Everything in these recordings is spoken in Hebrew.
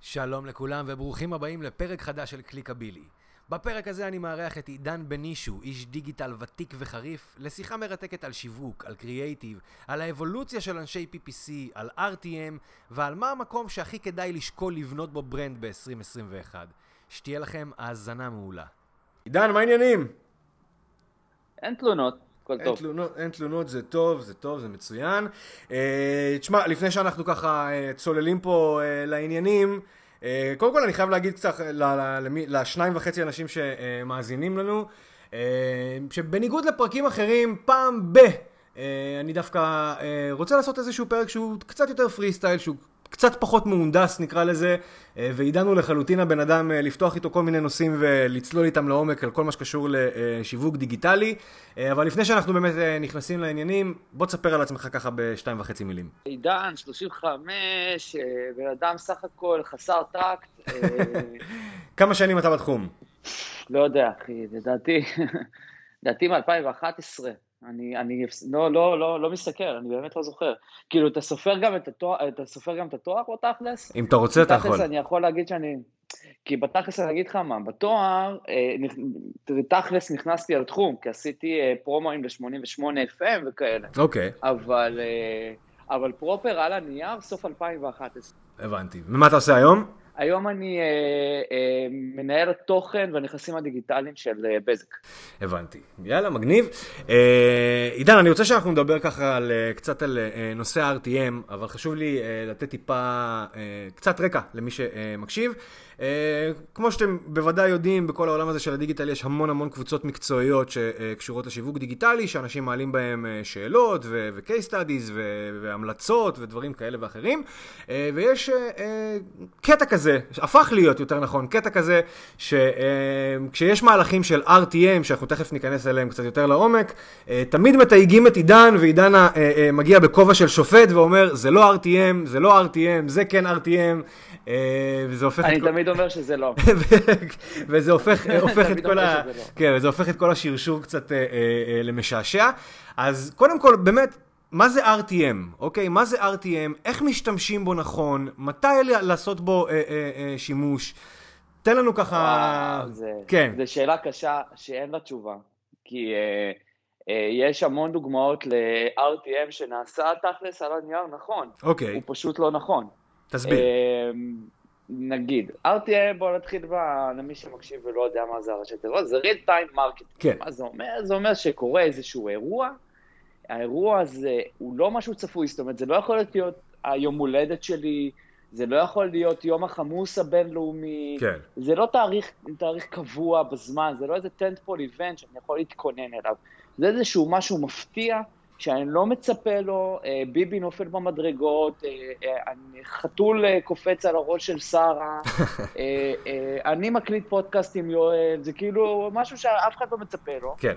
שלום לכולם וברוכים הבאים לפרק חדש של קליקבילי. בפרק הזה אני מארח את עידן בנישו, איש דיגיטל ותיק וחריף, לשיחה מרתקת על שיווק, על קריאייטיב, על האבולוציה של אנשי PPC, על RTM ועל מה המקום שהכי כדאי לשקול לבנות בו ברנד ב-2021. שתהיה לכם האזנה מעולה. עידן, מה העניינים? אין תלונות. אין תלונות, זה טוב, זה מצוין. תשמע, לפני שאנחנו ככה צוללים פה לעניינים, קודם כל אני חייב להגיד קצת לשניים וחצי אנשים שמאזינים לנו, שבניגוד לפרקים אחרים, פעם אני דווקא רוצה לעשות איזשהו פרק שהוא קצת יותר פרי סטייל, שהוא קצת פחות מהונדס נקרא לזה, ועידנו לחלוטין הבן אדם לפתוח איתו כל מיני נושאים ולצלול איתם לעומק על כל מה שקשור לשיווק דיגיטלי. אבל לפני שאנחנו באמת נכנסים לעניינים, בוא תספר על עצמך ככה ב2.5 מילים. עידן, 35, בן אדם סך הכל חסר טקט. כמה שנים אתה בתחום? לא יודע, אחי, לדעתי מ-2011. אני לא מסתכל, אני באמת לא זוכר. כאילו, אתה סופר גם את התואר או תכלס? אם אתה רוצה, אתה יכול. בתכלס אני יכול להגיד כי בתכלס אני אגיד לך מה, בתואר, תכלס נכנסתי על תחום, כי עשיתי פרומואים ל-88 FM וכאלה. אוקיי. אבל פרופר על הנייר, סוף 2011. הבנתי. ומה אתה עושה היום? היום אני מנהל התוכן והנכסים הדיגיטליים של בזק. הבנתי. יאללה, מגניב. עידן, אני רוצה שאנחנו נדבר ככה קצת על נושא RTM, אבל חשוב לי לתת טיפה קצת רקע למי שמקשיב. כמו שאתם בוודאי יודעים, בכל העולם הזה של הדיגיטל יש המון קבוצות מקצועיות שקשורות לשיווק דיגיטלי, שאנשים מעלים בהם שאלות ו-case studies והמלצות ודברים כאלה ואחרים. ויש קטע כזה, הפך להיות יותר נכון, קטע כזה שכשיש מהלכים של RTM, שאנחנו תכף ניכנס אליהם קצת יותר לעומק, תמיד מתייגים את עידן, ועידן מגיע בכובע של שופט ואומר, זה לא RTM, זה לא RTM, זה כן RTM, וזה הופך אני תמיד אומר שזה לא. וזה הופך את כל השרשור קצת למשעשע. אז קודם כל, באמת, מה זה RTM? אוקיי, מה זה RTM? איך משתמשים בו נכון? מתי לעשות בו שימוש? תן לנו ככה... כן. זו שאלה קשה שאין לה תשובה. כי יש המון דוגמאות ל-RTM שנעשה תכלס על הנייר נכון. אוקיי. הוא פשוט לא נכון. תסביר. נגיד, RTM, בוא נתחיל למי שמקשיב ולא יודע מה זה הראשי תיבות, זה real time marketing. כן. מה זה אומר? זה אומר שקורה איזשהו אירוע, האירוע הזה הוא לא משהו צפוי, זאת אומרת, זה לא יכול להיות היום הולדת שלי, זה לא יכול להיות יום החמוס הבינלאומי, כן. זה לא תאריך קבוע בזמן, זה לא איזה tentpole event שאני יכול להתכונן אליו, זה איזשהו משהו מפתיע, שאני לא מצפה לו, ביבי נופל במדרגות, חתול קופץ על הראש של שרה, אני מקליט פודקאסט עם יואל, זה כאילו משהו שאף אחד לא מצפה לו. כן.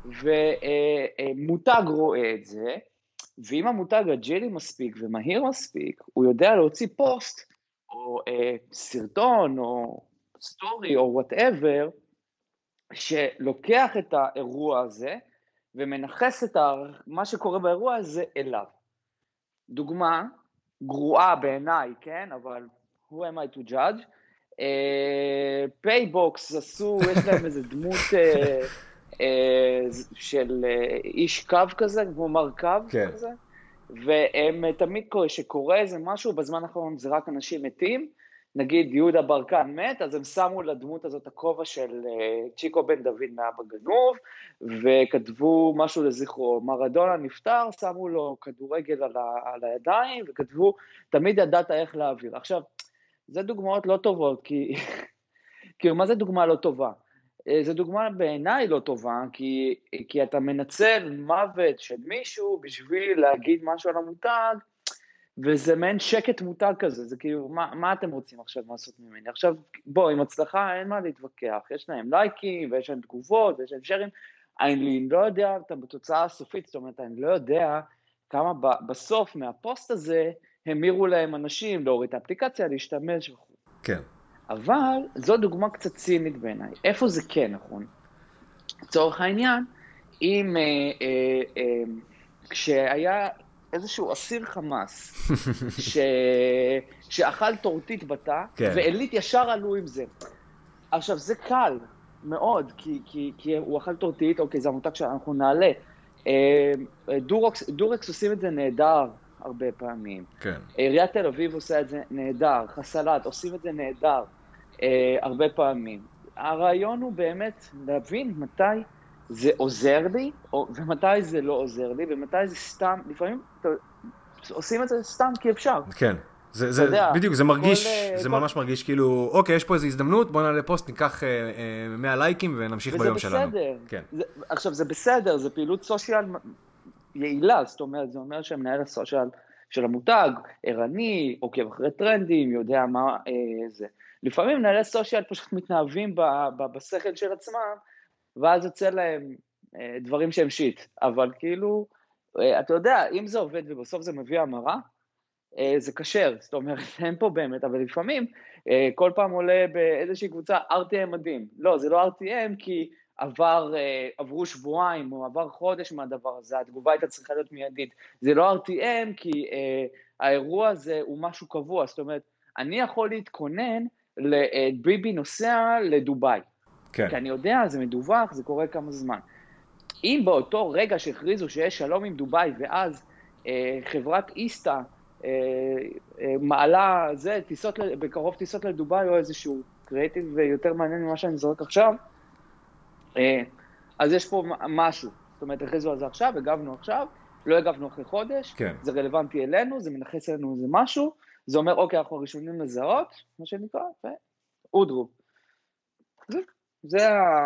ומותג רואה את זה, ואם המותג אג'ילי מספיק ומהיר מספיק, הוא יודע להוציא פוסט, או סרטון, או סטורי, או whatever, שלוקח את האירוע הזה, ומנחס את מה שקורה באירוע הזה אליו. דוגמה, גרועה בעיניי, כן? אבל who am I to judge? פייבוקס עשו, יש להם איזה דמות של איש קו כזה, כמו מרכב כזה, והם תמיד שקורה איזה משהו, בזמן האחרון זה רק אנשים מתים, נגיד יהודה ברקן מת, אז הם שמו לדמות הזאת הכובע של צ'יקו בן דוד מאבא גנוב, וכתבו משהו לזכרו, מרדונה נפטר, שמו לו כדורגל על הידיים, וכתבו, תמיד ידעת איך להעביר. עכשיו, זה דוגמאות לא טובות, כי מה זה דוגמה לא טובה? זה דוגמה בעיניי לא טובה, כי אתה מנצל מוות של מישהו בשביל להגיד משהו על המותג, וזה מעין שקט מותג כזה, זה כאילו, מה אתם רוצים עכשיו לעשות ממני? עכשיו, בוא, עם הצלחה אין מה להתווכח, יש להם לייקים, ויש להם תגובות, ויש להם שרים, אני לא יודע, אתה בתוצאה הסופית, זאת אומרת, אני לא יודע כמה בסוף מהפוסט הזה, המירו להם אנשים להוריד את האפליקציה, להשתמש וכו'. כן. אבל זו דוגמה קצת צינית בעיניי. איפה זה כן נכון? לצורך העניין, אם כשהיה איזשהו אסיר חמאס, שאכל טורטית בתא, כן. ואלית ישר עלו עם זה. עכשיו, זה קל מאוד, כי הוא אכל טורטית, אוקיי, זה המותג שאנחנו נעלה. דורקס עושים את זה נהדר הרבה פעמים. כן. עיריית תל אביב עושה את זה נהדר, חסלת עושים את זה נהדר הרבה פעמים. הרעיון הוא באמת להבין מתי זה עוזר לי, ומתי זה לא עוזר לי, ומתי זה סתם, לפעמים עושים את זה סתם כי אפשר. כן. בדיוק, זה מרגיש, זה ממש מרגיש כאילו, אוקיי, יש פה איזו הזדמנות, בוא נעלה פוסט, ניקח 100 לייקים ונמשיך ביום שלנו. וזה בסדר. עכשיו, זה בסדר, זה פעילות סושיאל יעילה, זאת אומרת, זה אומר שמנהל הסושיאל של המותג, ערני, עוקב אחרי טרנדים, יודע מה זה. לפעמים מנהלי סושיאל פשוט מתנהבים בשכל של עצמם, ואז יוצא להם דברים שהם שיט. אבל כאילו, אתה יודע, אם זה עובד ובסוף זה מביא המרה, זה קשר, זאת אומרת, אין פה באמת, אבל לפעמים כל פעם עולה באיזושהי קבוצה RTM מדהים. לא, זה לא RTM כי עברו שבועיים או עבר חודש מהדבר הזה, התגובה הייתה צריכה להיות מיידית. זה לא RTM כי האירוע הזה הוא משהו קבוע, זאת אומרת, אני יכול להתכונן לביבי נוסע לדוביי. כן. כי אני יודע, זה מדווח, זה קורה כמה זמן. אם באותו רגע שהכריזו שיש שלום עם דוביי, ואז חברת איסטה מעלה זה, בקרוב טיסות לדוביי, או איזשהו קריאטיב ויותר מעניין ממה שאני זורק עכשיו, אז יש פה משהו. זאת אומרת, הכריזו על זה עכשיו, הגבנו עכשיו, לא הגבנו אחרי חודש, כן. זה רלוונטי אלינו, זה מנחס אלינו איזה משהו, זה אומר, אוקיי, אנחנו ראשונים לזהות, מה שנקרא, ואודרו. זה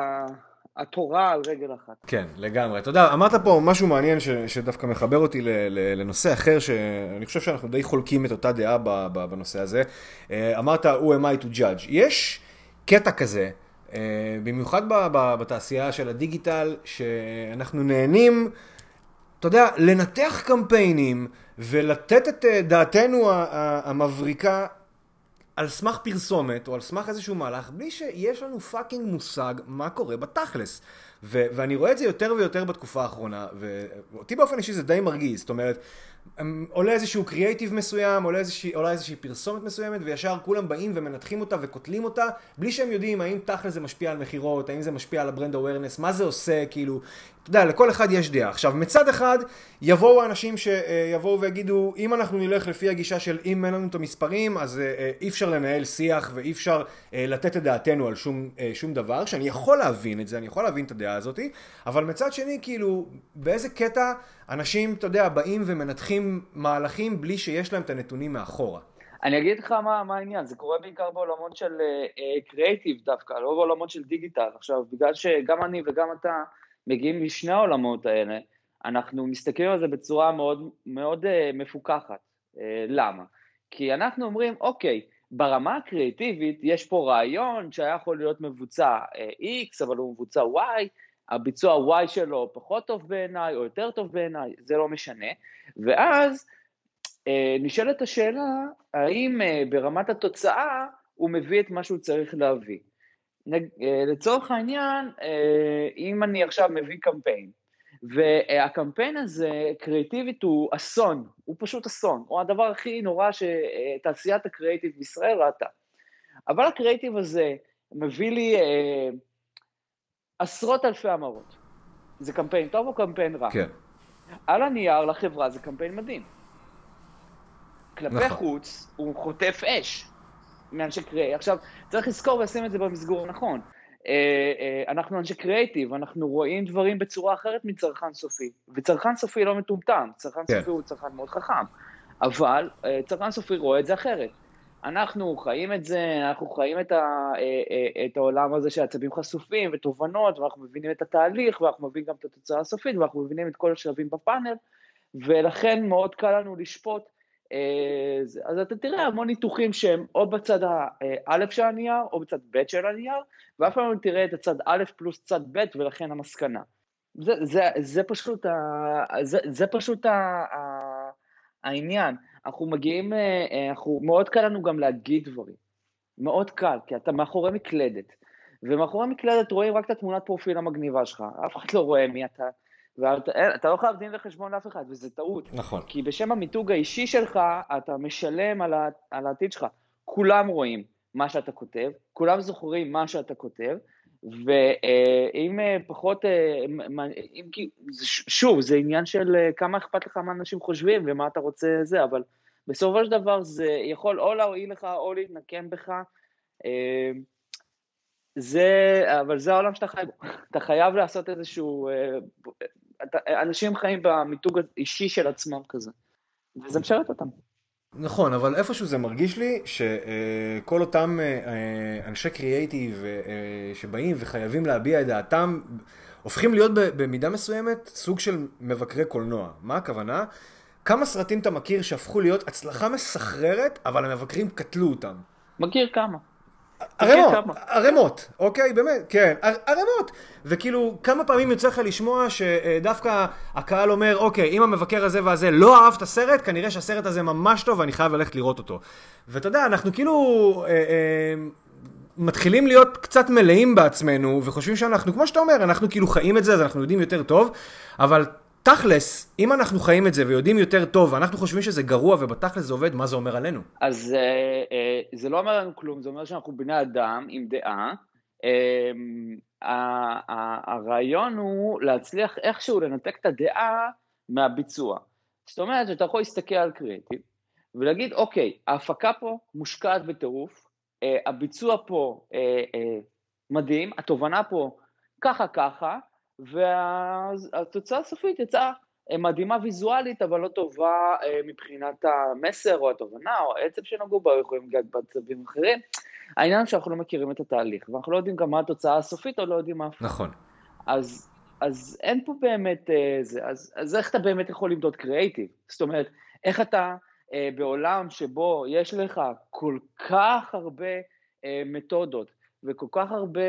התורה על רגל אחת. כן, לגמרי. אתה יודע, אמרת פה משהו מעניין שדווקא מחבר אותי לנושא אחר, שאני חושב שאנחנו די חולקים את אותה דעה בנושא הזה. אמרת, who am I to judge? יש קטע כזה, במיוחד בתעשייה של הדיגיטל, שאנחנו נהנים, אתה יודע, לנתח קמפיינים ולתת את דעתנו המבריקה על סמך פרסומת או על סמך איזשהו מהלך, בלי שיש לנו פאקינג מושג מה קורה בתכלס. ואני רואה את זה יותר ויותר בתקופה האחרונה, ואותי באופן אישי זה די מרגיז. זאת אומרת, עולה איזשהו קריאייטיב מסוים, עולה איזושהי פרסומת מסוימת, וישר כולם באים ומנתחים אותה וכותלים אותה, בלי שהם יודעים האם תכלס זה משפיע על מחירות, האם זה משפיע על הברנד אווירנס, מה זה עושה, כאילו, אתה יודע, לכל אחד יש דעה. עכשיו, מצד אחד, יבואו האנשים שיבואו ויגידו, אם אנחנו נלך לפי הגישה של אם אין לנו את המספרים, אז אי אפשר לנהל שיח, ואי אפשר לתת את דעתנו על שום דבר, שאני יכול להבין את זה, אני יכול להבין את הדעה הזאת, אבל מצד שני, כאילו, באיזה קטע אנשים, אתה יודע, באים ומנתחים מהלכים בלי שיש להם את הנתונים מאחורה. אני אגיד לך מה העניין, זה קורה בעיקר בעולמות של קריאייטיב דווקא, לא בעולמות של דיגיטל. עכשיו, בגלל שגם אני וגם אתה מגיעים משני העולמות האלה, אנחנו מסתכלים על זה בצורה מאוד, מאוד מפוקחת. למה? כי אנחנו אומרים, אוקיי, ברמה הקריאטיבית יש פה רעיון שהיה יכול להיות מבוצע X, אבל הוא מבוצע Y, הביצוע Y שלו פחות טוב בעיניי או יותר טוב בעיניי, זה לא משנה. ואז נשאלת השאלה, האם ברמת התוצאה הוא מביא את מה שהוא צריך להביא. לצורך העניין, אם אני עכשיו מביא קמפיין, והקמפיין הזה, קריאטיבית, הוא אסון, הוא פשוט אסון, הוא הדבר הכי נורא שתעשיית הקריאטיב בישראל ראתה. אבל הקריאטיב הזה מביא לי עשרות אלפי המרות. זה קמפיין טוב או קמפיין רע? כן. על הנייר לחברה זה קמפיין מדהים. כלפי חוץ הוא חוטף אש מאנשי קריאטיב. עכשיו, צריך לזכור ולשים את זה במסגור נכון. אנחנו אנשי קריאטיב, אנחנו רואים דברים בצורה אחרת מצרכן סופי, וצרכן סופי לא מטומטם, צרכן סופי הוא צרכן מאוד חכם, אבל צרכן סופי רואה את זה אחרת. אנחנו חיים את זה, אנחנו חיים את העולם הזה של עצבים חשופים ותובנות, ואנחנו מבינים את התהליך, ואנחנו מבינים גם את התוצאה הסופית, ואנחנו מבינים את כל השלבים בפאנל, ולכן מאוד קל לנו לשפוט. אז אתה תראה המון ניתוחים שהם או בצד א' של הנייר, או בצד ב' של הנייר, ואף פעם לא תראה את הצד א' פלוס צד ב', ולכן המסקנה. זה פשוט העניין. אנחנו מגיעים, מאוד קל לנו גם להגיד דברים. מאוד קל, כי אתה מאחורי מקלדת. ומאחורי מקלדת רואים רק את התמונת פרופיל המגניבה שלך. אף אחד לא רואה מי אתה. ואתה לא חייב דין וחשבון לאף אחד, וזה טעות. נכון. כי בשם המיתוג האישי שלך, אתה משלם על העתיד שלך. כולם רואים מה שאתה כותב, כולם זוכרים מה שאתה כותב, ואם פחות, שוב, זה עניין של כמה אכפת לך מה אנשים חושבים, ומה אתה רוצה זה, אבל בסופו של דבר זה יכול או להועיל לך, או להתנקם בך, אבל זה העולם שאתה חי בו. אתה חייב לעשות איזשהו, אנשים חיים במיתוג האישי של עצמם כזה, וזה משרת אותם. נכון, אבל איפשהו זה מרגיש לי שכל אותם אנשי קריאייטיב שבאים וחייבים להביע את דעתם, הופכים להיות במידה מסוימת סוג של מבקרי קולנוע. מה הכוונה? כמה סרטים אתה מכיר שהפכו להיות הצלחה מסחררת, אבל המבקרים קטלו אותם? מכיר כמה. ערמות, אוקיי, באמת, כן, ערמות. וכאילו, כמה פעמים יוצא לך לשמוע שדווקא הקהל אומר, אוקיי, אם המבקר הזה והזה לא אהב את הסרט, כנראה שהסרט הזה ממש טוב ואני חייב ללכת לראות אותו. ואתה יודע, אנחנו כאילו מתחילים להיות קצת מלאים בעצמנו, וחושבים שאנחנו, כמו שאתה אומר, אנחנו כאילו חיים את זה, אז אנחנו יודעים יותר טוב, אבל תכלס, אם אנחנו חיים את זה ויודעים יותר טוב, ואנחנו חושבים שזה גרוע ובתכלס זה עובד, מה זה אומר עלינו? אז זה לא אומר לנו כלום, זה אומר שאנחנו בני אדם עם דעה. הרעיון הוא להצליח איכשהו לנתק את הדעה מהביצוע. זאת אומרת שאתה יכול להסתכל על קריאטיב, ולהגיד, אוקיי, ההפקה פה מושקעת בטירוף, הביצוע פה מדהים, התובנה פה ככה, והתוצאה הסופית יצאה מדהימה ויזואלית, אבל לא טובה מבחינת המסר או התובנה או העצב שנגעו בה, או יכולים לגעת בעצבים אחרים. העניין שאנחנו לא מכירים את התהליך, ואנחנו לא יודעים גם מה התוצאה הסופית, או לא יודעים מה. נכון. אז אין פה באמת זה, אז איך אתה באמת יכול למדוד קריאייטיב? זאת אומרת, איך אתה בעולם שבו יש לך כל כך הרבה מתודות, וכל כך הרבה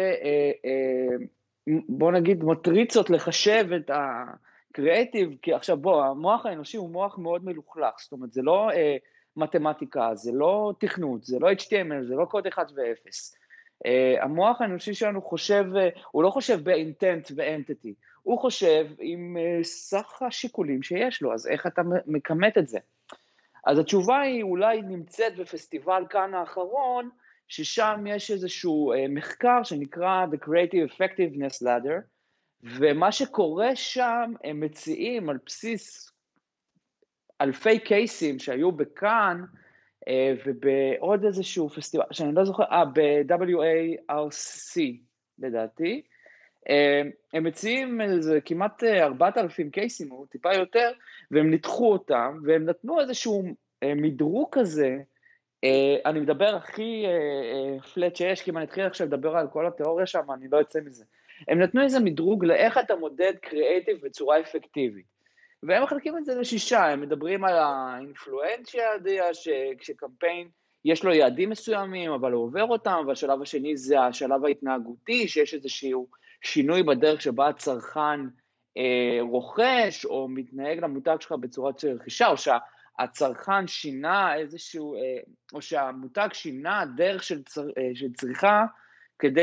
בוא נגיד מטריצות לחשב את הקריאייטיב, כי עכשיו בוא, המוח האנושי הוא מוח מאוד מלוכלך, זאת אומרת זה לא מתמטיקה, זה לא תכנות, זה לא HTML, זה לא קוד 1 ו-0. המוח האנושי שלנו חושב, הוא לא חושב באינטנט ואנטיטי, הוא חושב עם סך השיקולים שיש לו, אז איך אתה מקמת את זה? אז התשובה היא אולי נמצאת בפסטיבל כאן האחרון, ששם יש איזשהו מחקר שנקרא The Creative Effectiveness Ladder, ומה שקורה שם, הם מציעים על בסיס אלפי קייסים שהיו בכאן, ובעוד איזשהו פסטיבל, שאני לא זוכר, ב-WARC לדעתי, הם מציעים איזה כמעט 4,000 קייסים, או טיפה יותר, והם ניתחו אותם, והם נתנו איזשהו מדרוג כזה, אני מדבר הכי פלט שיש, כי אם אני אתחיל עכשיו לדבר על כל התיאוריה שם, אני לא אצא מזה. הם נתנו איזה מדרוג לאיך אתה מודד קריאייטיב בצורה אפקטיבית. והם מחלקים את זה לשישה, הם מדברים על האינפלואנציה, כשקמפיין יש לו יעדים מסוימים, אבל הוא עובר אותם, והשלב השני זה השלב ההתנהגותי, שיש איזשהו שינוי בדרך שבה הצרכן רוכש, או מתנהג למותג שלך בצורת של רכישה, או שהצרכן שינה איזשהו, או שהמותג שינה דרך של צריכה, כדי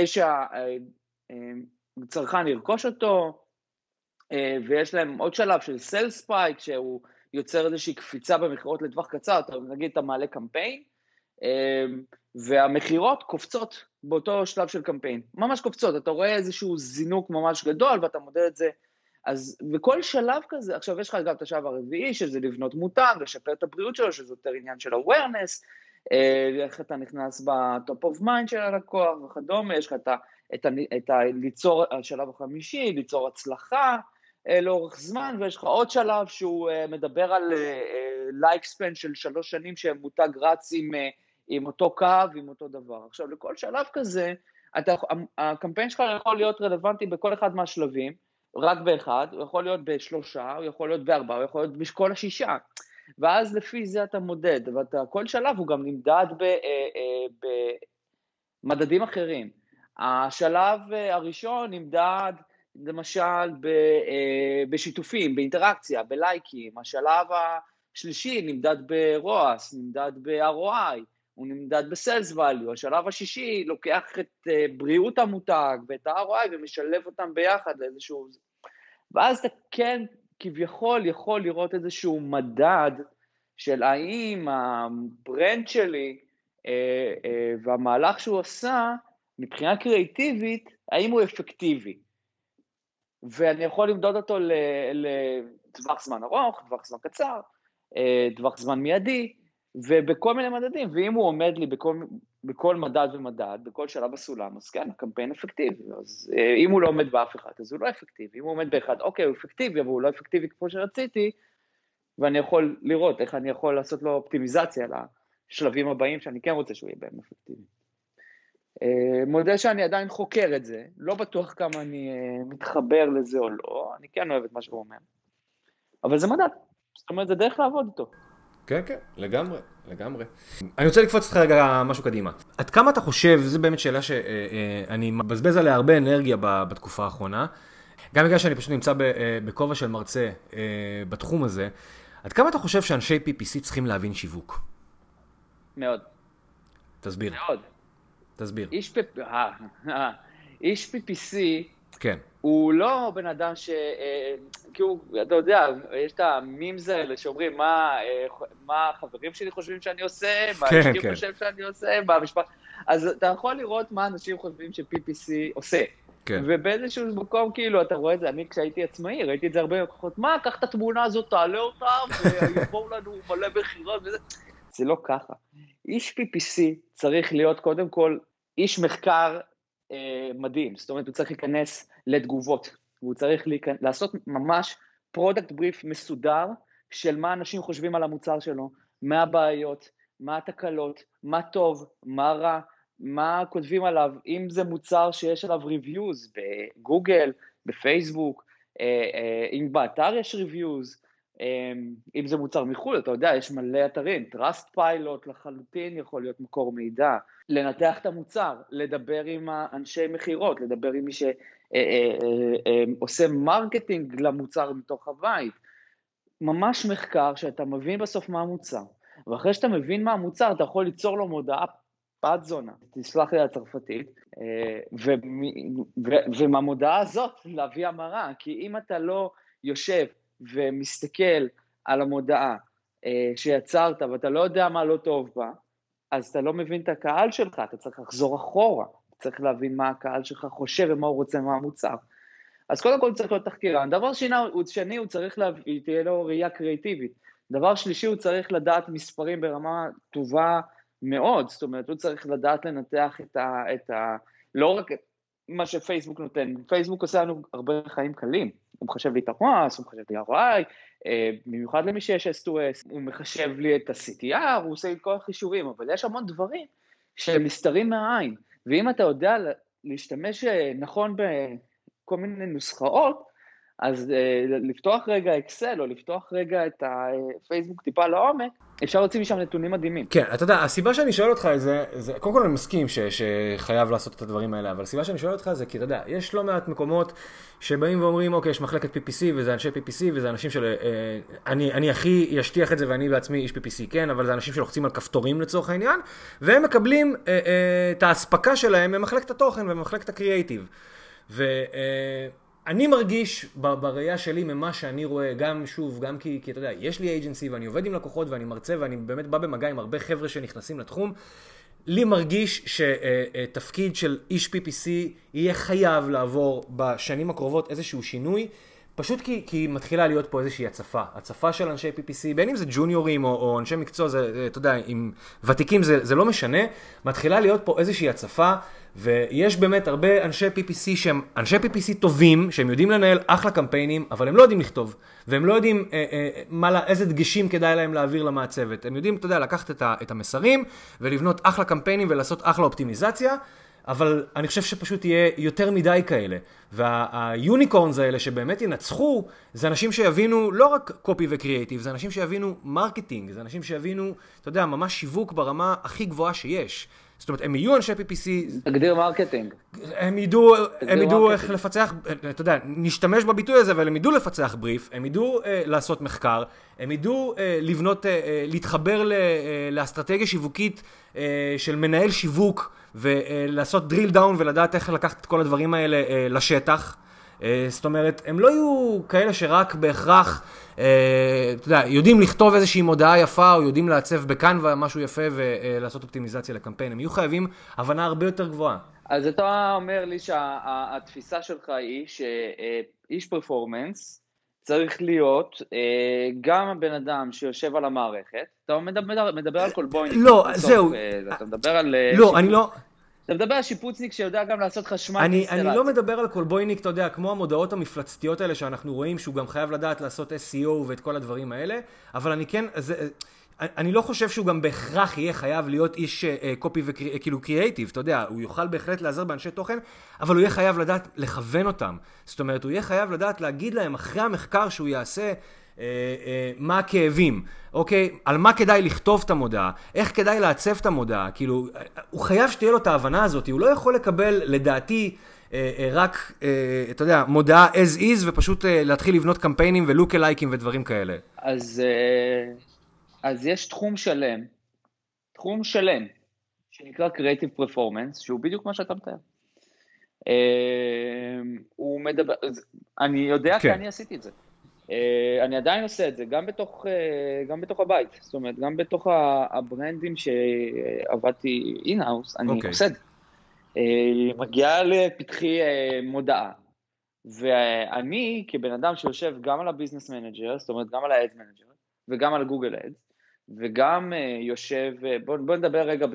שהצרכן ירכוש אותו, ויש להם עוד שלב של סל ספייק, שהוא יוצר איזושהי קפיצה במחירות לטווח קצר, נגיד אתה מעלה קמפיין, והמחירות קופצות באותו שלב של קמפיין, ממש קופצות, אתה רואה איזשהו זינוק ממש גדול, ואתה מודד את זה, אז בכל שלב כזה, עכשיו יש לך גם את השלב הרביעי, שזה לבנות מותג, לשפר את הבריאות שלו, שזה יותר עניין של awareness, איך אתה נכנס בטופ אוף מיינד של הלקוח וכדומה, יש לך את ליצור, השלב החמישי, ליצור הצלחה לאורך זמן, ויש לך עוד שלב שהוא מדבר על לייפספן של 3 שנים, שמותג רץ עם אותו קו, עם אותו דבר. עכשיו, לכל שלב כזה, הקמפיין שלך יכול להיות רלוונטי בכל אחד מהשלבים, רק באחד, הוא יכול להיות ב3, הוא יכול להיות ב4, הוא יכול להיות בכל 6, ואז לפי זה אתה מודד, וכל שלב הוא גם נמדד במדדים אחרים. השלב הראשון נמדד למשל בשיתופים, באינטראקציה, בלייקים, השלב השלישי נמדד ברועס, נמדד ב-ROI, הוא נמדד ב-Sales Value, השלב השישי לוקח את בריאות המותג ואת ה-ROI ומשלב אותם ביחד לאיזשהו... ואז אתה כן כביכול יכול לראות איזשהו מדד של האם הברנד שלי והמהלך שהוא עושה, מבחינה קריאטיבית, האם הוא אפקטיבי. ואני יכול למדוד אותו לטווח זמן ארוך, טווח זמן קצר, טווח זמן מיידי, ובכל מיני מדדים, ואם הוא עומד לי בכל מדד ומדד, בכל שלב בסולם, אז כן, הקמפיין אפקטיבי, אז אם הוא לא עומד באף אחד, אז הוא לא אפקטיבי, אם הוא עומד באחד, אוקיי, הוא אפקטיבי, אבל הוא לא אפקטיבי כמו שרציתי, ואני יכול לראות איך אני יכול לעשות לו אופטימיזציה לשלבים הבאים, שאני כן רוצה שהוא יהיה בהם אפקטיבי. מודה שאני עדיין חוקר את זה, לא בטוח כמה אני מתחבר לזה או לא, אני כן אוהב את מה שהוא אומר, אבל זה מדד, זאת אומרת, זה דרך לעבוד איתו. כן, כן, לגמרי, לגמרי. אני רוצה לקפוץ לך רגע משהו קדימה. עד כמה אתה חושב, זו באמת שאלה שאני מבזבז עליה הרבה אנרגיה בתקופה האחרונה, גם בגלל שאני פשוט נמצא בכובע של מרצה בתחום הזה, עד כמה אתה חושב שאנשי PPC צריכים להבין שיווק? מאוד. תסביר. מאוד. תסביר. איש PPC, כן. הוא לא בן אדם כי הוא, אתה יודע, יש את המימס האלה שאומרים מה החברים שלי חושבים שאני עושה, מה אשתי חושב שאני עושה, מה המשפחה. אז אתה יכול לראות מה אנשים חושבים ש-PPC עושה. כן. ובאיזשהו מקום, כאילו, אתה רואה את זה, אני כשהייתי עצמאי, ראיתי את זה הרבה לקוחות, מה, קח את התמונה הזאת, תעלה אותה, ויבואו לנו מלא בחירות וזה. זה לא ככה. איש PPC צריך להיות קודם כל איש מחקר מדהים, זאת אומרת, הוא צריך להיכנס לתגובות, והוא צריך לעשות ממש פרודקט בריף מסודר, של מה אנשים חושבים על המוצר שלו, מה הבעיות, מה התקלות, מה טוב, מה רע, מה כותבים עליו, אם זה מוצר שיש עליו ריוויוז בגוגל, בפייסבוק, אם באתר יש ריוויוז, אם זה מוצר מחו"ל, אתה יודע, יש מלא אתרים, טראסט פיילוט לחלוטין יכול להיות מקור מידע, לנתח את המוצר, לדבר עם אנשי מחירות, לדבר עם מי שעושה מרקטינג למוצר מתוך הבית, ממש מחקר שאתה מבין בסוף מה המוצר, ואחרי שאתה מבין מה המוצר, אתה יכול ליצור לו מודעה פת זונה, תסלח לי הצרפתית, ומהמודעה הזאת להביא המרה, כי אם אתה לא יושב ומסתכל על המודעה שיצרת, ואתה לא יודע מה לא טוב בה, אז אתה לא מבין את הקהל שלך, אתה צריך לחזור אחורה, אתה צריך להבין מה הקהל שלך חושב ומה הוא רוצה מהמוצר. אז קודם כל הוא צריך להיות תחקירן. דבר שני, הוא צריך תהיה לו ראייה קריאטיבית. דבר שלישי, הוא צריך לדעת מספרים ברמה טובה מאוד, זאת אומרת, הוא צריך לדעת לנתח לא רק מה שפייסבוק נותן, פייסבוק עושה לנו הרבה חיים קלים, הוא מחשב לי את הרואס, הוא מחשב לי ROI, במיוחד למי שיש S2S, הוא מחשב לי את ה-CTR, הוא עושה את כל החישובים, אבל יש המון דברים שמסתרים מהעין, ואם אתה יודע להשתמש נכון בכל מיני נוסחאות, אז לפתוח רגע אקסל, או לפתוח רגע את הפייסבוק טיפה לעומק, אפשר להוציא משם נתונים מדהימים. כן, אתה יודע, הסיבה שאני שואל אותך זה, קודם כל אני מסכים שחייב לעשות את הדברים האלה, אבל הסיבה שאני שואל אותך זה כי אתה יודע, יש לא מעט מקומות שבאים ואומרים, אוקיי, יש מחלקת PPC, וזה אנשי PPC, וזה אנשים אני הכי אשטיח את זה, ואני בעצמי איש PPC, כן, אבל זה אנשים שלוחצים על כפתורים לצורך העניין, והם מקבלים את ההספקה שלהם ממחלקת התוכן וממחלקת הקריאייטיב. אני מרגיש בראייה שלי ממה שאני רואה, גם שוב, גם כי אתה יודע, יש לי אייג'נסי ואני עובד עם לקוחות ואני מרצה ואני באמת בא במגע עם הרבה חבר'ה שנכנסים לתחום, לי מרגיש שתפקיד של איש PPC יהיה חייב לעבור בשנים הקרובות איזשהו שינוי, פשוט כי מתחילה להיות פה איזושהי הצפה של אנשי PPC, בין אם זה ג'וניורים או אנשי מקצוע, זה, אתה יודע, עם ותיקים זה לא משנה, מתחילה להיות פה איזושהי הצפה, ויש באמת הרבה אנשי PPC שהם אנשי PPC טובים, שהם יודעים לנהל אחלה קמפיינים, אבל הם לא יודעים לכתוב, והם לא יודעים איזה דגשים כדאי להם להעביר למעצבת. הם יודעים, אתה יודע, לקחת את המסרים, ולבנות אחלה קמפיינים ולעשות אחלה אופטימיזציה, אבל אני חושב שפשוט יהיה יותר מדי כאלה. והיוניקורנס האלה שבאמת ינצחו, זה אנשים שיבינו לא רק קופי וקריאייטיב, זה אנשים שיבינו מרקטינג, זה אנשים שיבינו, אתה יודע, ממש שיווק ברמה הכי גבוהה שיש. זאת אומרת, הם יהיו אנשי PPC. תגדיר מרקטינג. הם ידעו איך לפצח, אתה יודע, נשתמש בביטוי הזה, אבל הם ידעו לפצח בריף, הם ידעו לעשות מחקר, הם ידעו לבנות, להתחבר לאסטרטגיה שיווקית של מנהל שיווק, ולעשות drill down ולדעת איך לקחת את כל הדברים האלה לשטח. זאת אומרת, הם לא יהיו כאלה שרק בהכרח, אתה יודע, יודעים לכתוב איזושהי מודעה יפה, או יודעים לעצב בקנווה משהו יפה ולעשות אופטימיזציה לקמפיין. הם יהיו חייבים הבנה הרבה יותר גבוהה. אז אתה אומר לי שהתפיסה שלך היא שאיש פרפורמנס צריך להיות גם הבן אדם שיושב על המערכת. אתה מדבר על קולבויניק. לא, זהו. אתה מדבר על... לא, אני לא... אתה מדבר על שיפוצניק שיודע גם לעשות חשמל. אני לא מדבר על קולבויניק, אתה יודע, כמו המודעות המפלצתיות האלה שאנחנו רואים, שהוא גם חייב לדעת לעשות SEO ואת כל הדברים האלה, אבל אני כן, אני לא חושב שהוא גם בהכרח יהיה חייב להיות איש קופי וכאילו קריאייטיב, אתה יודע, הוא יוכל בהחלט לעזר באנשי תוכן, אבל הוא יהיה חייב לדעת לכוון אותם. זאת אומרת, הוא יהיה חייב לדעת להגיד להם אחרי המחקר שהוא יעשה, מה הכאבים, אוקיי? על מה כדאי לכתוב את המודעה, איך כדאי לעצב את המודעה, כאילו, הוא חייב שתהיה לו את ההבנה הזאת, הוא לא יכול לקבל, לדעתי, רק, אתה יודע, מודעה as is, ופשוט להתחיל לבנות קמפיינים ולוק-אלייקים ודברים כאלה. אז יש תחום שלם, שנקרא Creative Performance, שהוא בדיוק מה שאתה מתאר. הוא מדבר, אני יודע כי אני עשיתי את זה. אני עדיין עושה את זה, גם בתוך הבית, זאת אומרת, גם בתוך הברנדים שעבדתי אין-האוס, אני עושה את זה. מגיעה לפתחי מודעה, ואני כבן אדם שיושב גם על הביזנס מנג'ר, זאת אומרת, גם על האדס מנג'ר, וגם על גוגל אדס, וגם יושב, בוא נדבר רגע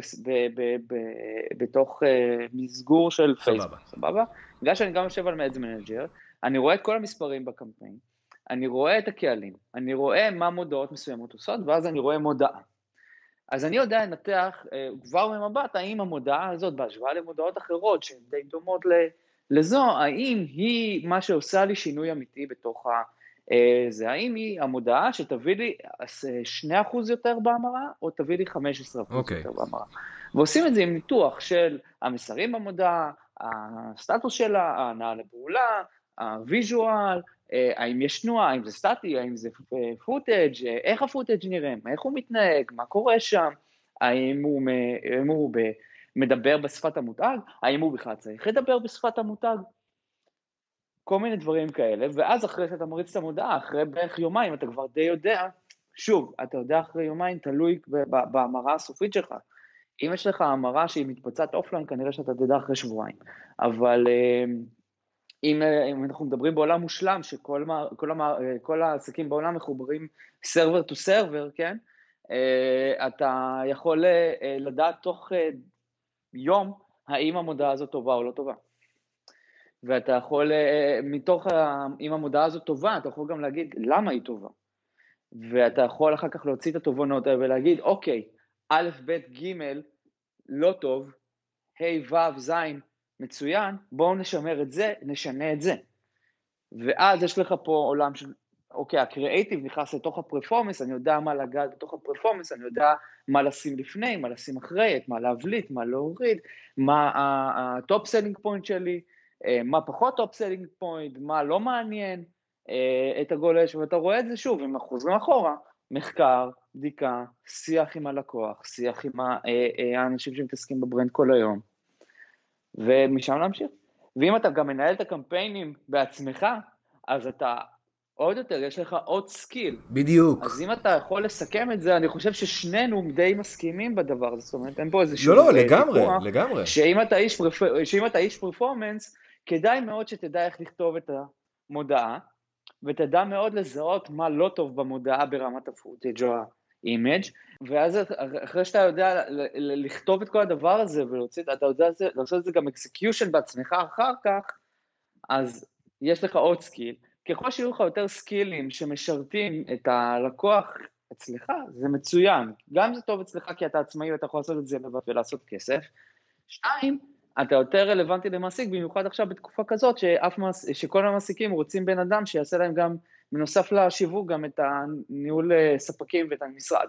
בתוך מסגור של פייסבוק, סבבה? בגלל שאני גם יושב על אדס מנג'ר, אני רואה את כל המספרים בקמפיין, אני רואה את הקהלים, אני רואה מה מודעות מסוימות עושות, ואז אני רואה מודעה. אז אני יודע לנתח כבר ממבט, האם המודעה הזאת, בהשוואה למודעות אחרות, שהן די דומות לזו, האם היא מה שעושה לי שינוי אמיתי בתוך זה, האם היא המודעה שתביא לי 2% יותר בהמרה, או תביא לי 15% יותר בהמרה. ועושים את זה עם ניתוח של המסרים במודעה, הסטטוס שלה, ההנאה לפעולה, הוויז'ואל, האם יש תנועה, האם זה סטטי, האם זה פוטאג', איך הפוטאג' נראה, איך הוא מתנהג, מה קורה שם, האם הוא מדבר בשפת המותג, האם הוא בכלל צריך לדבר בשפת המותג, כל מיני דברים כאלה, ואז אחרי שאתה מריץ את המודעה, אחרי בערך יומיים, אתה כבר די יודע, שוב, אתה יודע אחרי יומיים, תלוי בהמרה הסופית שלך, אם יש לך המרה שהיא מתבצעת אופליין, כנראה שאתה תדע אחרי שבועיים, אבל אם אנחנו מדברים בעולם מושלם, שכל העסקים בעולם מחוברים סרבר טו סרבר, כן? אתה יכול לדעת תוך יום, האם המודעה הזאת טובה או לא טובה. ואתה יכול, אם המודעה הזאת טובה, אתה יכול גם להגיד למה היא טובה. ואתה יכול אחר כך להוציא את התובנות ולהגיד, אוקיי, א', ב', ג', לא טוב, ה', ו', ז', מצוין, בואו נשמר את זה, נשנה את זה. ואז יש לך פה עולם של, אוקיי, הקריאייטיב נכנס לתוך הפרפורמנס, אני יודע מה לגעת בתוך הפרפורמנס, אני יודע מה לשים לפני, מה לשים אחרי, מה להבליט, מה להוריד, מה הטופ סלינג פוינט שלי, מה פחות טופ סלינג פוינט, מה לא מעניין את הגולש, ואתה רואה את זה שוב, עם אחוזים אחורה, מחקר, בדיקה, שיח עם הלקוח, שיח עם האנשים שמתעסקים בברנד כל היום, ומשם להמשיך. ואם אתה גם מנהל את הקמפיינים בעצמך, אז אתה עוד יותר, יש לך עוד סקיל. בדיוק. אז אם אתה יכול לסכם את זה, אני חושב ששנינו די מסכימים בדבר הזה, זאת אומרת, אין פה איזשהו... לא, לגמרי. שאם אתה איש פרפורמנס, כדאי מאוד שתדע איך לכתוב את המודעה, ותדע מאוד לזהות מה לא טוב במודעה ברמת הפוטאג' או האימג', ואז אחרי שאתה יודע לכתוב את כל הדבר הזה, אתה יודע לעשות את זה גם אקסקיושן בעצמך אחר כך, אז יש לך עוד סקיל. ככל שיהיו לך יותר סקילים שמשרתים את הלקוח אצלך, זה מצוין. גם זה טוב אצלך כי אתה עצמאי ואתה יכול לעשות את זה לבד ולעשות כסף. 2, אתה יותר רלוונטי למעסיק, במיוחד עכשיו בתקופה כזאת, שכל המעסיקים רוצים בן אדם שיעשה להם גם, בנוסף לשיווק, גם את הניהול ספקים ואת המשרד.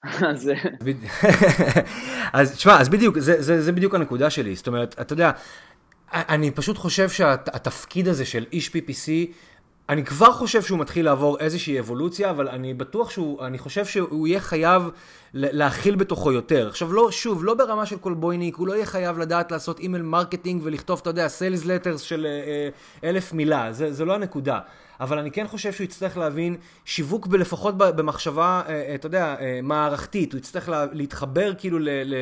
אז תשמע, אז בדיוק, זה בדיוק הנקודה שלי. זאת אומרת, אתה יודע, אני פשוט חושב שהתפקיד הזה של איש PPC, אני כבר חושב שהוא מתחיל לעבור איזושהי אבולוציה, אבל אני בטוח אני חושב שהוא יהיה חייב להכיל בתוכו יותר. עכשיו, לא, שוב, לא ברמה של כל בויניק, הוא לא יהיה חייב לדעת לעשות אימייל מרקטינג ולכתוב, אתה יודע, סיילס לטרס של 1,000 מילה, זה לא הנקודה. אבל אני כן חושב שהוא יצטרך להבין שיווק לפחות במחשבה, אתה יודע, מערכתית, הוא יצטרך להתחבר כאילו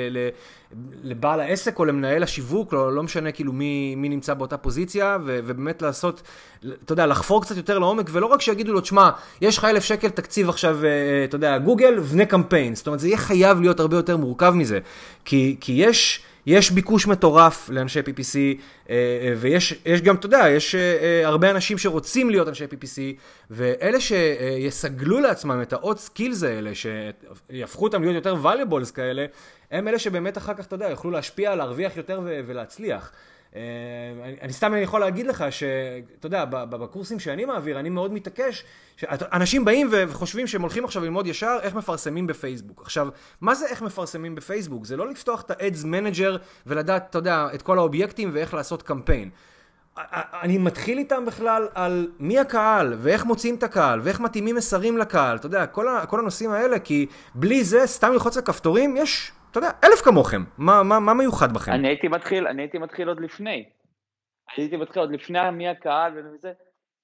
לבעל העסק או למנהל השיווק, לא משנה כאילו מי נמצא באותה פוזיציה, ובאמת לעשות, אתה יודע, לחפור קצת יותר לעומק, ולא רק שיגידו לו, תשמע, יש לך 1,000 שקל תקציב עכשיו, אתה יודע, גוגל, ובנה קמפיין. זאת אומרת, זה יהיה חייב להיות הרבה יותר מורכב מזה, כי יש ביקוש מטורף לאנשי PPC, ויש גם, אתה יודע, יש הרבה אנשים שרוצים להיות אנשי PPC, ואלה שיסגלו לעצמם את העוד סקילס האלה, שיהפכו אותם להיות יותר valuables כאלה, הם אלה שבאמת אחר כך, אתה יודע, יוכלו להשפיע, להרוויח יותר ולהצליח. אני סתם יכול להגיד לך שאתה יודע, בקורסים שאני מעביר, אני מאוד מתעקש, שאנשים באים וחושבים שהם הולכים עכשיו ללמוד ישר איך מפרסמים בפייסבוק. עכשיו, מה זה איך מפרסמים בפייסבוק? זה לא לפתוח את ה-Ads Manager ולדעת, אתה יודע, את כל האובייקטים ואיך לעשות קמפיין. אני מתחיל איתם בכלל על מי הקהל, ואיך מוצאים את הקהל, ואיך מתאימים מסרים לקהל, אתה יודע, כל הנושאים האלה, כי בלי זה, סתם ללחוץ על כפתורים, יש, אתה יודע, 1,000 כמוכם. מה מיוחד בכם? אני הייתי מתחיל עוד לפני. הייתי מתחיל עוד לפני מי הקהל וזה.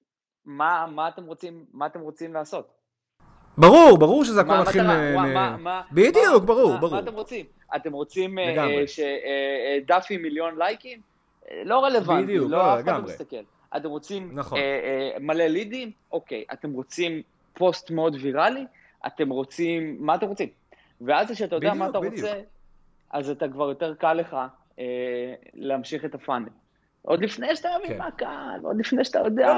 מה אתם רוצים לעשות? ברור שזה הכל מתחיל בדיוק, ברור. מה אתם רוצים? אתם רוצים דף עם 1,000,000 לייקים? לא רלוונטי, לא אף אחד לא מסתכל. אתם רוצים מלא לידים? אוקיי. אתם רוצים פוסט מאוד ויראלי? אתם רוצים, מה אתם רוצים? ואז כשאתה יודע מה אתה רוצה, אז אתה כבר יותר קל לך להמשיך את הפאנל. עוד לפני שאתה מבין מה הקהל, עוד לפני שאתה יודע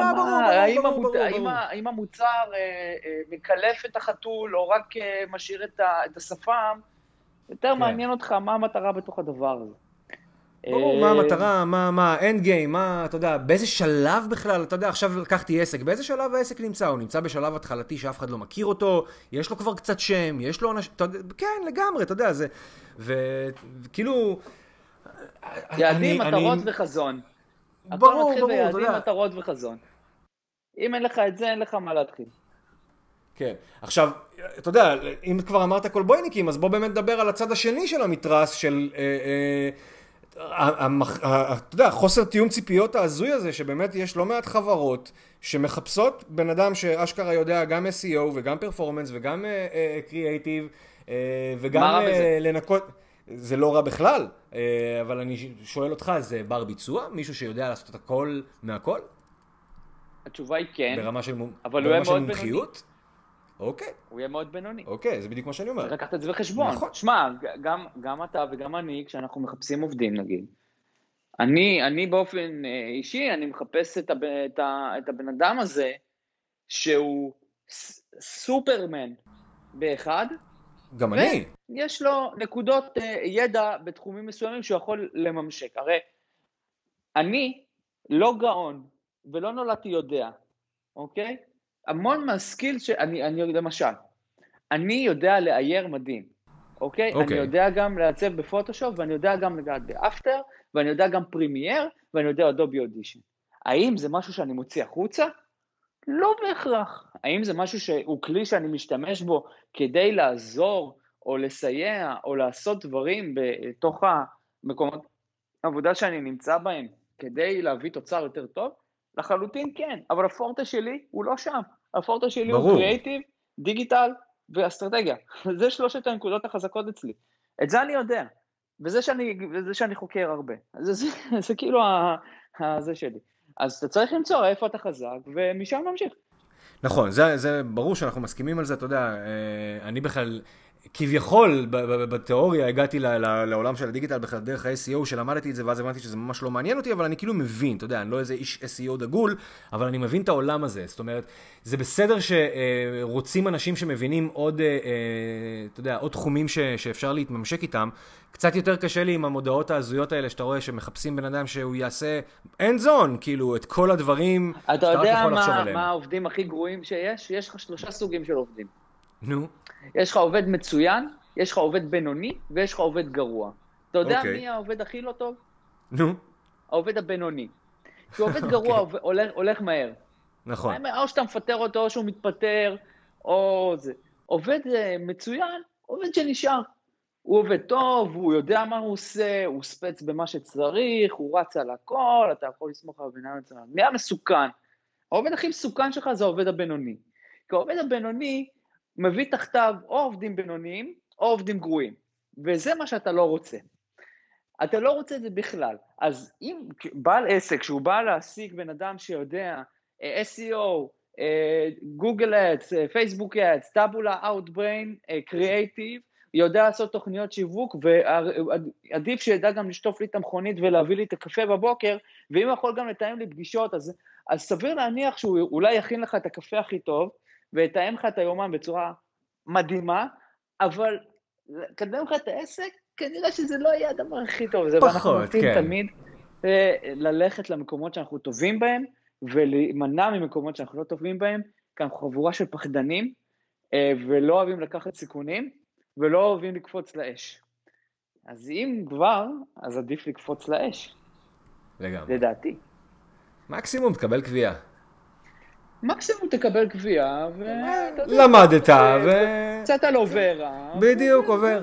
האם המוצר מקלף את החתול, או רק משאיר את השפם, יותר מעניין אותך מה המטרה בתוך הדבר הזה. ברור, מה המטרה, מה האנד גיים, מה, אתה יודע, באיזה שלב בכלל, אתה יודע, עכשיו לקחתי עסק, באיזה שלב העסק נמצא? הוא נמצא בשלב התחלתי שאף אחד לא מכיר אותו, יש לו כבר קצת שם, יש לו אנשים, כן, לגמרי, אתה יודע, זה, וכאילו, יעדים, מטרות וחזון. ברור, הכל מתחיל ביעדים, מטרות וחזון. אם אין לך את זה, אין לך מה להתחיל. כן, עכשיו, אתה יודע, אם כבר אמרת כל בויניקים, אז בוא באמת נדבר על הצד השני של המתרס, של אתה יודע, חוסר תיאום ציפיות ההזוי הזה, שבאמת יש לא מעט חברות שמחפשות בן אדם שאשכרה יודע גם SEO וגם פרפורמנס וגם קריאייטיב וגם לנקות, זה לא רע בכלל, אבל אני שואל אותך, זה בר ביצוע? מישהו שיודע לעשות את הכל מהכל? התשובה היא כן, ברמה של מומחיות? אוקיי. הוא יהיה מאוד בינוני. אוקיי, זה בדיוק מה שאני אומר. צריך לקחת את זה בחשבון. נכון. שמע, גם אתה וגם אני, כשאנחנו מחפשים עובדים נגיד, אני באופן אישי, אני מחפש את הבן אדם הזה, שהוא סופרמן באחד. גם אני. ויש לו נקודות ידע בתחומים מסוימים שהוא יכול לממשק. הרי אני לא גאון ולא נולדתי יודע, אוקיי? המון מהסקיל שאני למשל, אני יודע לאייר מדהים, אוקיי? אני יודע גם לעצב בפוטושופ, ואני יודע גם לגעת באפטר, ואני יודע גם פרימייר, ואני יודע אדובי אודישן. האם זה משהו שאני מוציא החוצה? לא בהכרח. האם זה משהו שהוא כלי שאני משתמש בו כדי לעזור, או לסייע, או לעשות דברים בתוך המקומות העבודה שאני נמצא בהם, כדי להביא תוצר יותר טוב? לחלוטין כן, אבל הפורטה שלי הוא לא שם. הפורטה שלי הוא קריאייטיב, דיגיטל ואסטרטגיה. זה 3 הנקודות החזקות אצלי. את זה אני יודע. וזה שאני חוקר הרבה. זה כאילו זה שלי. אז אתה צריך למצוא איפה אתה חזק, ומשם נמשיך. נכון, זה ברור שאנחנו מסכימים על זה, אתה יודע, אני בכלל כביכול בתיאוריה הגעתי לעולם של הדיגיטל בכלל דרך ה-SEO שלמדתי את זה, ואז הבנתי שזה ממש לא מעניין אותי, אבל אני כאילו מבין, אתה יודע, אני לא איזה איש SEO דגול, אבל אני מבין את העולם הזה. זאת אומרת, זה בסדר שרוצים אנשים שמבינים עוד, אתה יודע, עוד תחומים שאפשר להתממשק איתם. קצת יותר קשה לי עם המודעות ההזויות האלה שאתה רואה שמחפשים בן אדם שהוא יעשה end zone, כאילו את כל הדברים אתה יודע מה העובדים הכי גרועים שיש? יש לך 3 סוגים של עובדים. נו. יש לך עובד מצוין, יש לך עובד בינוני, ויש לך עובד גרוע. אתה יודע מי העובד הכי לא טוב? נו. העובד הבינוני. כי עובד גרוע הולך מהר. נכון. או שאתה מפטר אותו, או שהוא מתפטר, או זה. עובד מצוין, עובד שנשאר. הוא עובד טוב, הוא יודע מה הוא עושה, הוא ספץ במה שצריך, הוא רץ על הכל, אתה יכול לסמוך על ביניים אצלנו. נהיה מסוכן. העובד הכי מסוכן שלך זה העובד הבינוני. כי העובד הבינוני מביא תחתיו או עובדים בינוניים, או עובדים גרועים. וזה מה שאתה לא רוצה. אתה לא רוצה את זה בכלל. אז אם בעל עסק, שהוא בא להשיג בן אדם שיודע SEO, גוגל אדס, פייסבוק אדס, טאבולה, אאוטבריין, קריאייטיב, יודע לעשות תוכניות שיווק, ועדיף שידע גם לשטוף לי את המכונית ולהביא לי את הקפה בבוקר, ואם יכול גם לתאם לי פגישות, אז סביר להניח שהוא אולי יכין לך את הקפה הכי טוב, ויתאם לך את היומן בצורה מדהימה, אבל קדם לך את העסק, כנראה שזה לא יהיה הדבר הכי טוב. ואנחנו רוצים תמיד ללכת למקומות שאנחנו טובים בהם, ולהימנע ממקומות שאנחנו לא טובים בהם, כי אנחנו חבורה של פחדנים, ולא אוהבים לקחת סיכונים, ולא אוהבים לקפוץ לאש. אז אם כבר, אז עדיף לקפוץ לאש. לגמרי. לדעתי. מקסימום תקבל קביעה. מקסימום תקבל קביעה, למדת, קצת על עובר. בדיוק, עובר.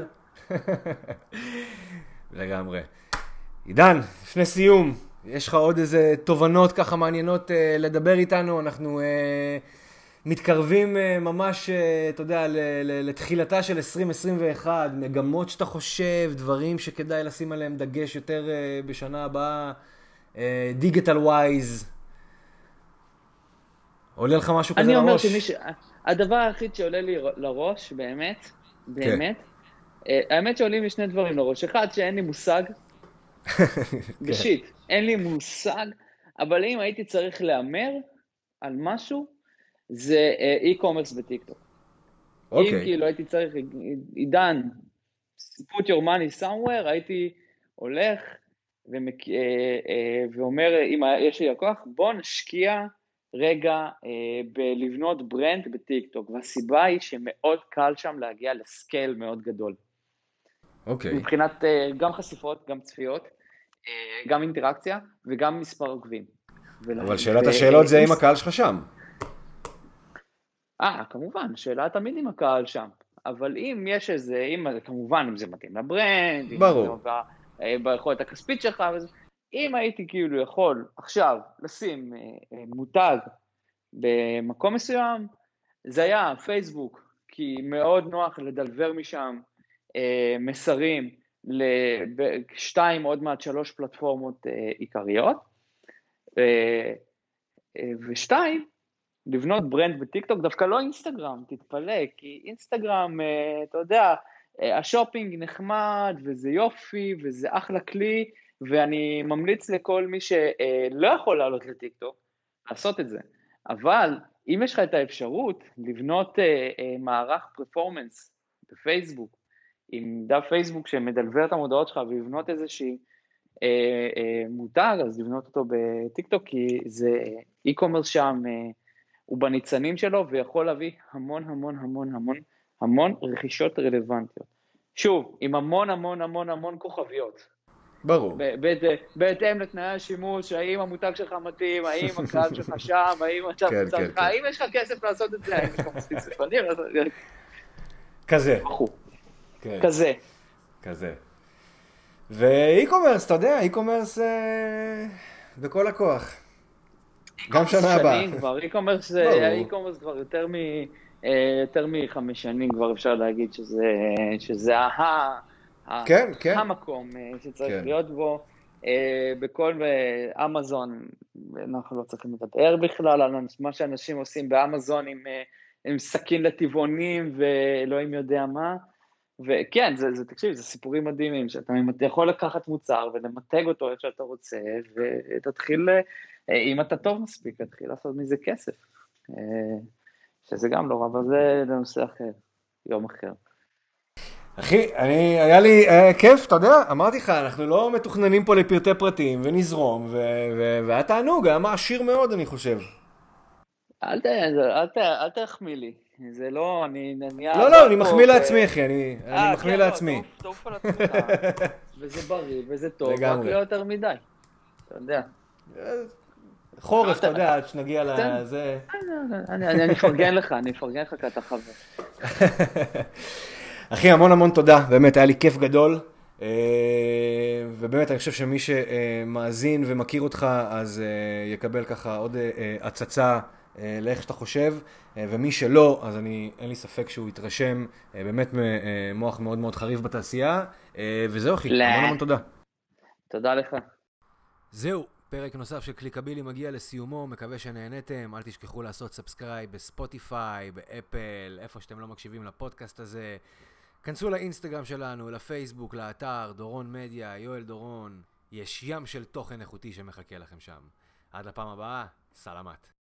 לגמרי. עידן, לפני סיום, יש לך עוד איזה תובנות ככה מעניינות לדבר איתנו? אנחנו מתקרבים ממש, אתה יודע, לתחילתה של 2021, מגמות שאתה חושב, דברים שכדאי לשים עליהם דגש יותר בשנה הבאה, דיגיטל ווייז. עולה לך משהו כזה לראש? אני אומר הדבר היחיד שעולה לי לראש, באמת, האמת שעולים לי שני דברים לראש. אחד, שאין לי מושג, בשיט, אין לי מושג, אבל אם הייתי צריך לאמר על משהו, זה e-commerce בטיקטוק. אם כאילו הייתי צריך, עידן, put your money somewhere, הייתי הולך ואומר, אם יש לי לקוח, בוא נשקיע רגע בלבנות ברנד בטיקטוק, והסיבה היא שמאוד קל שם להגיע לסקייל מאוד גדול. מבחינת גם חשיפות, גם צפיות, גם אינטראקציה וגם מספר עוקבים. אבל שאלת השאלות זה אם הקהל שלך שם. כמובן, שאלה תמיד עם הקהל שם. אבל אם יש איזה, כמובן, אם זה מתאים לברנד, ברור. ביכולת הכספית שלך, אם הייתי כאילו יכול עכשיו לשים מותג במקום מסוים, זה היה פייסבוק, כי מאוד נוח לדלבר משם מסרים לשתיים, עוד מעט 3 פלטפורמות עיקריות, ושתיים, לבנות ברנד בטיקטוק, דווקא לא אינסטגרם, תתפלא, כי אינסטגרם, אתה יודע, השופינג נחמד, וזה יופי, וזה אחלה כלי, ואני ממליץ לכל מי שלא יכול לעלות לטיקטוק, לעשות את זה. אבל אם יש לך את האפשרות לבנות מערך פרפורמנס בפייסבוק, עם דף פייסבוק שמדלבר את המודעות שלך, ולבנות איזושהי מותג, אז לבנות אותו בטיקטוק, כי זה e-commerce שם, הוא בניצנים שלו, ויכול להביא המון המון המון המון המון רכישות רלוונטיות. שוב, עם המון המון המון המון כוכביות. ברור. בהתאם לתנאי השימוש, האם המותג שלך מתאים, האם הקהל שלך שם, האם עכשיו צריך, האם יש לך כסף לעשות את זה, האם יש לך מספיק ספנים לעשות את זה. כזה. כזה. כזה. ואי-קומרס, אתה יודע, אי-קומרס בכל הכוח. גם שנה הבאה. אי-קומרס כבר יותר מ5 שנים כבר אפשר להגיד שזה המקום שצריך להיות בו. בכל אמזון, אנחנו לא צריכים לדבר בכלל על מה שאנשים עושים באמזון עם סכין לטבעונים ואלוהים יודע מה. וכן, תקשיב, זה סיפורים מדהימים, שאתה יכול לקחת מוצר ולמתג אותו איך שאתה רוצה, ותתחיל, אם אתה טוב מספיק, תתחיל לעשות מזה כסף. שזה גם לא רע, אבל זה לנושא אחר, יום אחר. אחי, היה לי כיף, אתה יודע, אמרתי לך, אנחנו לא מתוכננים פה לפרטי פרטים, ונזרום, והיה תענוג, היה מעשיר מאוד, אני חושב. אל תחמיא לי. זה לא, לא, אני מחמיא לעצמי, אחי, אני מחמיא לעצמי. טוב על עצמך, וזה בריא, וזה טוב, רק לא יותר מדי, אתה יודע. חורף, אתה יודע, עד שנגיע לזה. אני אפרגן לך, כי אתה חבר. אחי, המון המון תודה, באמת, היה לי כיף גדול. ובאמת אני חושב שמי שמאזין ומכיר אותך אז יקבל ככה עוד הצצה לאיך שאתה חושב, ומי שלא אז אין לי ספק שהוא יתרשם באמת מוח מאוד מאוד חריף בתעשייה. וזהו אחי, המון המון תודה. תודה לך. זהו, פרק נוסף של קליקבילי מגיע לסיומו, מקווה שנהנתם. אל תשכחו לעשות סאבסקרייב בספוטיפיי, באפל, איפה שאתם לא מקשיבים לפודקאסט הזה. כנסו לאינסטגרם שלנו, לפייסבוק, לאתר, דורון מדיה, יואל דורון. יש ים של תוכן איכותי שמחכה לכם שם. עד לפעם הבאה, סלמת.